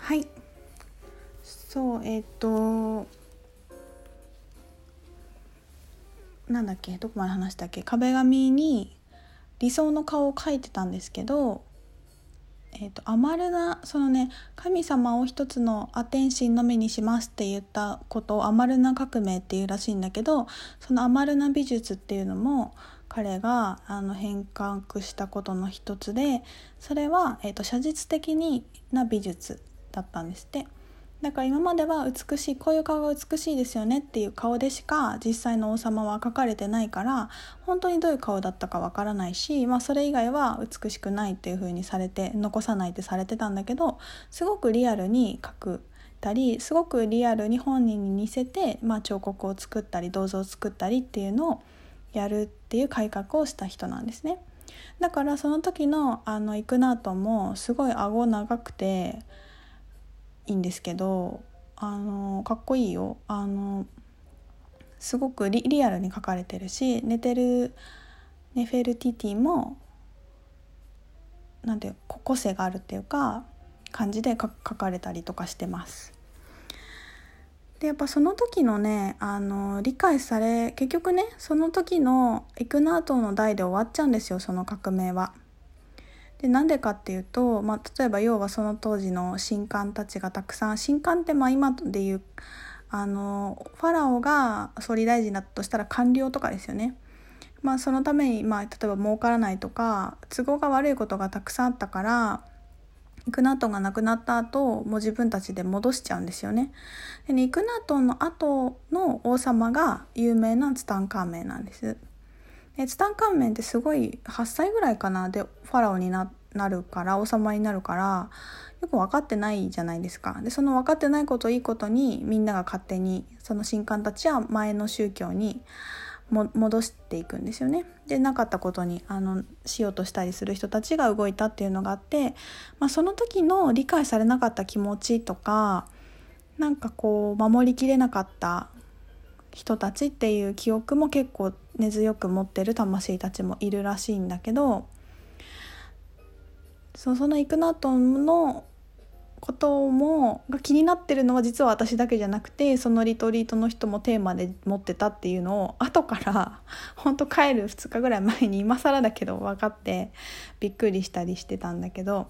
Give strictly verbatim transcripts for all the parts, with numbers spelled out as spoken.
はい、そうえっ、となんだっけどこまで話したっけ壁紙に理想の顔を描いてたんですけど、えーと、アマルナそのね神様を一つのアテン神のみにしますって言ったことをアマルナ革命っていうらしいんだけど、そのアマルナ美術っていうのも彼があの変革したことの一つで、それは、えーと、写実的な美術だったんですって。だから今までは美しいこういう顔が美しいですよねっていう顔でしか実際の王様は描かれてないから、本当にどういう顔だったかわからないし、まあ、それ以外は美しくないっていう風にされて残さないってされてたんだけど、すごくリアルに描くたりすごくリアルに本人に似せて、まあ、彫刻を作ったり銅像を作ったりっていうのをやるっていう改革をした人なんですね。だからその時のあのイクナートンもすごい顎長くていいんですけど、あのかっこいいよ。あのすごく リ, リアルに描かれてるし、寝てるネフェルティティもなんて個性があるっていうか感じで描かれたりとかしてます。でやっぱその時のねあの理解され結局ねその時のイクナートンの代で終わっちゃうんですよ、その革命は。でなんでかっていうと、まあ、例えば要はその当時の神官たちがたくさん、神官ってまあ今でいうあのファラオが総理大臣だとしたら官僚とかですよね。まあ、そのために、まあ、例えば儲からないとか都合が悪いことがたくさんあったから、イクナートンが亡くなった後もう自分たちで戻しちゃうんですよね。でねイクナートンの後の王様が有名なツタンカーメンなんです。でツタンカーメンってすごいはっさいぐらいかなでファラオに な, なるから王様になるからよく分かってないじゃないですか。でその分かってないことをいいことにみんなが勝手にその神官たちは前の宗教にも戻していくんですよね。でなかったことにあのしようとしたりする人たちが動いたっていうのがあって、まあ、その時の理解されなかった気持ちとかなんかこう守りきれなかった人たちっていう記憶も結構根強く持ってる魂たちもいるらしいんだけど、そそのイクナートンのこともが気になってるのは実は私だけじゃなくて、そのリトリートの人もテーマで持ってたっていうのを後から本当帰るふつかぐらい前に今更だけど分かってびっくりしたりしてたんだけど、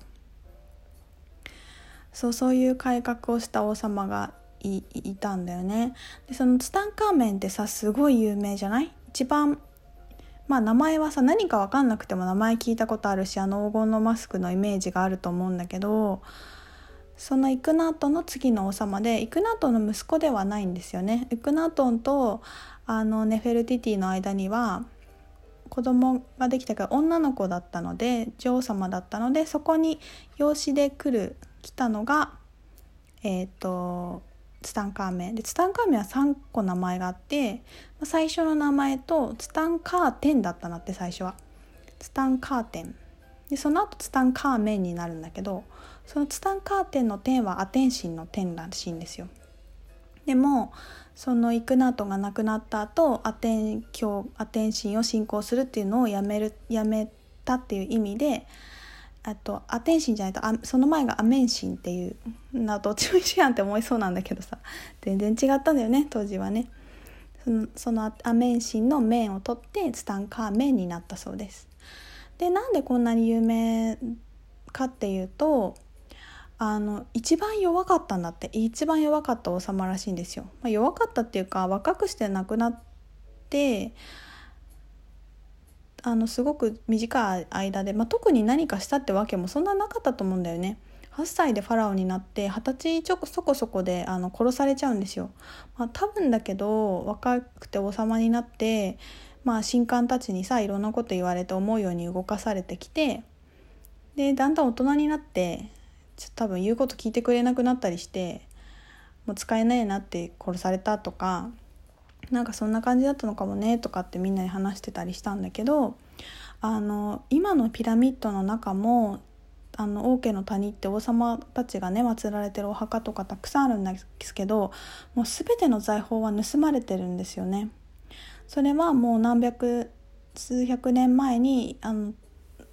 そうそういう改革をした王様が い, いたんだよね。でそのツタンカーメンってさすごい有名じゃない？一番まあ名前はさ何か分かんなくても名前聞いたことあるし、あの黄金のマスクのイメージがあると思うんだけど、そのイクナートンの次の王様でイクナートンの息子ではないんですよね。イクナートンとあのネフェルティティの間には子供ができたから女の子だったので女王様だったので、そこに養子で来る来たのがえっ、ー、とツタンカーメンで、ツタンカーメンはさんこ名前があって、最初の名前とツタンカーテンだったなって。最初はツタンカーテンでその後ツタンカーメンになるんだけど、そのツタンカーテンのテンはアテン神のテンらしいんですよ。でもそのイクナートンが亡くなった後アテン教アテン神を信仰するっていうのをやめるやめたっていう意味で、あとアテン神じゃないとあその前がアメン神っていうな、どっちも一緒やんって思いそうなんだけどさ、全然違ったんだよね当時はね。その、そのアメン神の面を取ってツタンカーメンになったそうです。でなんでこんなに有名かっていうと、あの一番弱かったんだって。一番弱かった王様らしいんですよ。まあ、弱かったっていうか若くして亡くなって、あのすごく短い間で、まあ、特に何かしたってわけもそんななかったと思うんだよね。はっさいでファラオになってはたちちょそこそこであの殺されちゃうんですよ。まあ、多分だけど若くて王様になって、まあ、神官たちにさいろんなこと言われて思うように動かされてきて、でだんだん大人になってちょっと多分言うこと聞いてくれなくなったりして、もう使えないなって殺されたとか、なんかそんな感じだったのかもねとかってみんなに話してたりしたんだけど、あの今のピラミッドの中もあの王家の谷って王様たちがね祀られてるお墓とかたくさんあるんですけど、もう全ての財宝は盗まれてるんですよね。それはもう何百数百年前にあの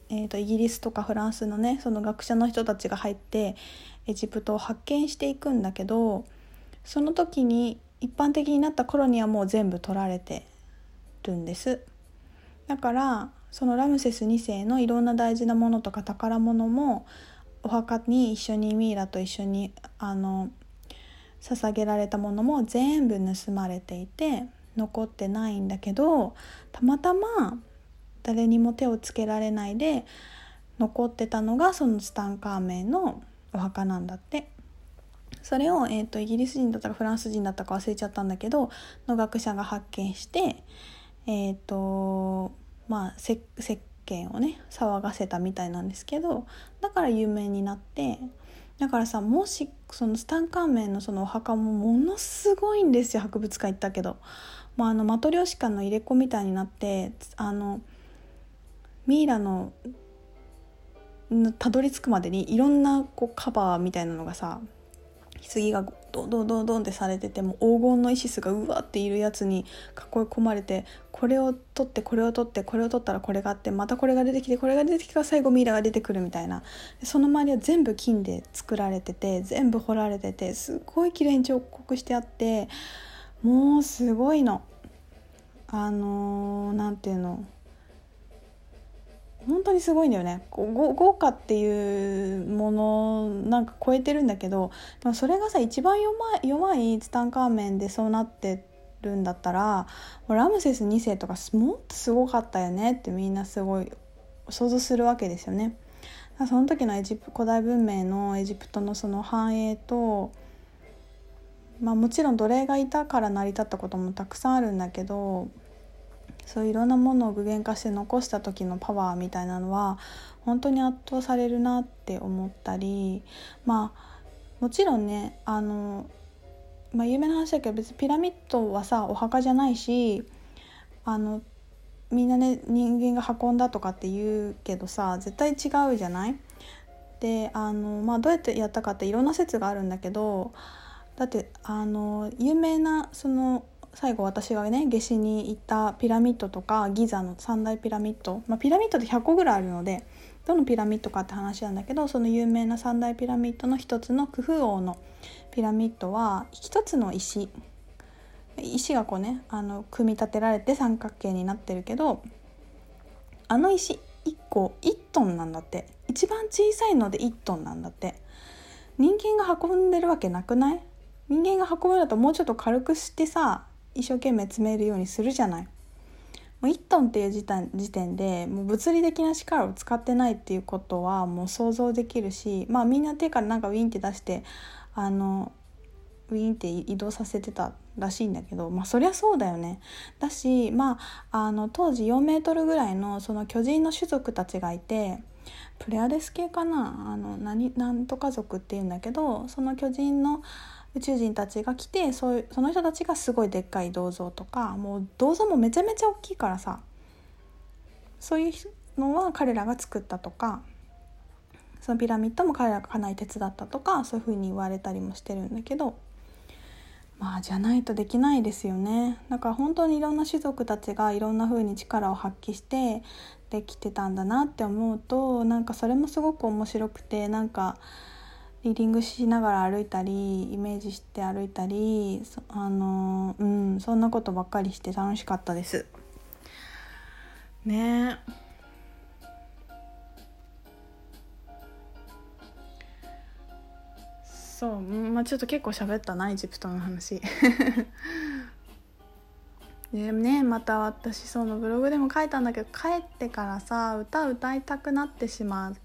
えーと、イギリスとかフランスのねその学者の人たちが入ってエジプトを発見していくんだけど、その時に一般的になった頃にはもう全部取られてるんです。だからそのラムセスにせいのいろんな大事なものとか宝物もお墓に一緒にミイラと一緒にあの捧げられたものも全部盗まれていて残ってないんだけど、たまたま誰にも手をつけられないで残ってたのがそのツタンカーメンのお墓なんだって。それを、えーと、イギリス人だったかフランス人だったか忘れちゃったんだけどの学者が発見して、えーとまあ、世間をね騒がせたみたいなんですけど、だから有名になって、だからさ、もしそのツタンカーメンのそのお墓もものすごいんですよ。博物館行ったけど、まあ、あのマトリョーシカの入れ子みたいになって、あのミイラのたどり着くまでにいろんなこうカバーみたいなのがさ、棺がドンドンドンドンってされてて、も黄金のイシスがうわっているやつに囲い込まれて、これを取ってこれを取ってこれを取ったらこれがあって、またこれが出てきてこれが出てきてから最後ミイラが出てくるみたいな。その周りは全部金で作られてて、全部彫られてて、すごい綺麗に彫刻してあって、もうすごいの。あのー、なんていうの本当にすごいんだよね。豪華っていうものなんか超えてるんだけど、でもそれがさ一番弱い、弱いツタンカーメンでそうなってるんだったら、ラムセスにせいとかもっとすごかったよねってみんなすごい想像するわけですよね。その時のエジプ古代文明のエジプトのその繁栄と、まあ、もちろん奴隷がいたから成り立ったこともたくさんあるんだけど、そういういろんなものを具現化して残した時のパワーみたいなのは本当に圧倒されるなって思ったり、まあもちろんね、あの、まあ、有名な話だけど別にピラミッドはさお墓じゃないし、あのみんなね人間が運んだとかって言うけどさ、絶対違うじゃない。で、あの、まあ、どうやってやったかっていろんな説があるんだけど、だってあの有名なその最後私がね下死に行ったピラミッドとかギザの三大ピラミッド、まあ、ピラミッドってひゃっこぐらいあるのでどのピラミッドかって話なんだけど、その有名な三大ピラミッドの一つのクフ王のピラミッドは一つの石石がこうねあの組み立てられて三角形になってるけど、あの石いっこいちトンなんだって。一番小さいのでいちトンなんだって。人間が運んでるわけなくない？人間が運ぶんだともうちょっと軽くしてさ一生懸命詰めるようにするじゃない。もういちトンっていう時点、時点でもう物理的な力を使ってないっていうことはもう想像できるし、まあみんな手からなんかウィンって出してあのウィンって移動させてたらしいんだけど、まあそりゃそうだよね。だし、まああの当時よんメートルぐらいのその巨人の種族たちがいて、プレアデス系かな、あの何なんとか族っていうんだけど、その巨人の宇宙人たちが来て、そういうその人たちがすごいでっかい銅像とか、もう銅像もめちゃめちゃ大きいからさ、そういうのは彼らが作ったとか、そのピラミッドも彼らがかなり手伝ったとか、そういう風に言われたりもしてるんだけど、まあじゃないとできないですよね。だから本当にいろんな種族たちがいろんな風に力を発揮してできてたんだなって思うと、なんかそれもすごく面白くて、なんかリーディングしながら歩いたりイメージして歩いたり、あのうんそんなことばっかりして楽しかったですね。そう、まあちょっと結構喋ったなエジプトの話でね、また私そのブログでも書いたんだけど、帰ってからさ歌歌いたくなってしまって、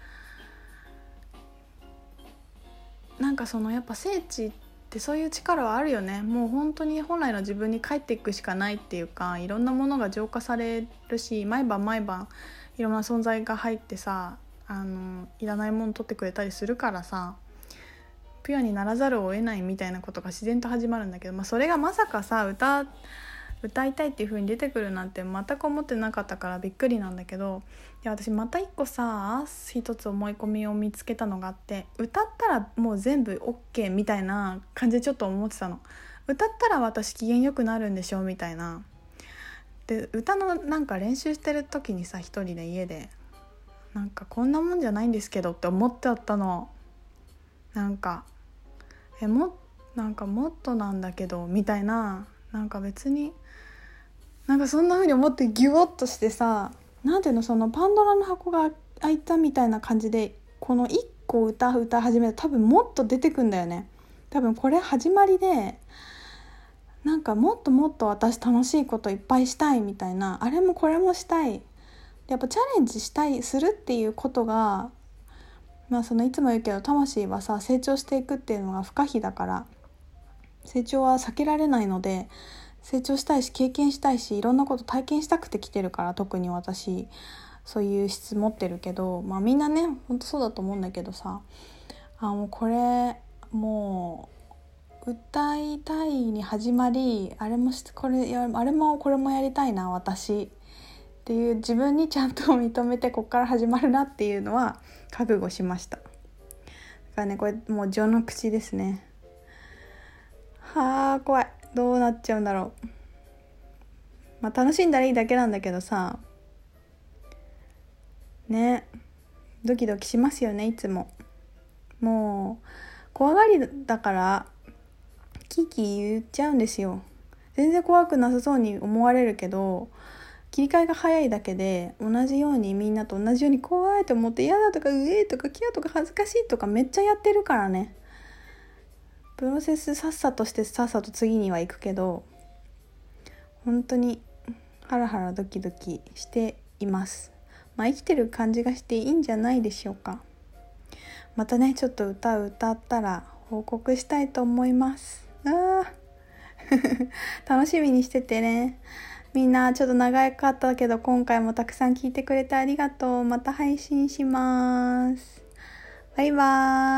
なんかそのやっぱ聖地ってそういう力はあるよね。もう本当に本来の自分に帰っていくしかないっていうか、いろんなものが浄化されるし、毎晩毎晩いろんな存在が入ってさ、あのいらないもの取ってくれたりするからさ、ピュアにならざるを得ないみたいなことが自然と始まるんだけど、まあ、それがまさかさ歌歌いたいっていう風に出てくるなんて全く思ってなかったからびっくりなんだけど、で私また一個さ一つ思い込みを見つけたのがあって、歌ったらもう全部 OK みたいな感じでちょっと思ってたの。歌ったら私機嫌よくなるんでしょみたいな。で歌のなんか練習してる時にさ一人で家でなんかこんなもんじゃないんですけどって思ってあったの。なんかえもなんかもっとなんだけどみたいな、なんか別になんかそんな風に思ってギュッとしてさ、なんていうの、そのパンドラの箱が開いたみたいな感じでこのいっこ歌歌い始めると多分もっと出てくんだよね。多分これ始まりでなんかもっともっと私楽しいこといっぱいしたいみたいな、あれもこれもしたい、やっぱチャレンジしたいするっていうことが、まあそのいつも言うけど魂はさ成長していくっていうのが不可避だから、成長は避けられないので、成長したいし経験したいしいろんなこと体験したくて来てるから、特に私そういう質持ってるけど、まあみんなねほんとそうだと思うんだけどさ、あもうこれもう歌いたいに始まり、あれもしこれやあれもこれもやりたいな私っていう自分にちゃんと認めてこっから始まるなっていうのは覚悟しました。だからねこれもう序の口ですね。はあ怖い、どうなっちゃうんだろう。まあ楽しんだらいいだけなんだけどさね、ドキドキしますよねいつも。もう怖がりだからキーキー言っちゃうんですよ。全然怖くなさそうに思われるけど、切り替えが早いだけで同じようにみんなと同じように怖いと思って嫌だとかうえーとかキャーとか恥ずかしいとかめっちゃやってるからね。プロセスさっさとしてさっさと次には行くけど、本当にハラハラドキドキしています。まあ生きてる感じがしていいんじゃないでしょうか。またねちょっと歌を歌ったら報告したいと思います。あ楽しみにしててね。みんなちょっと長かったけど今回もたくさん聞いてくれてありがとう。また配信します。バイバーイ。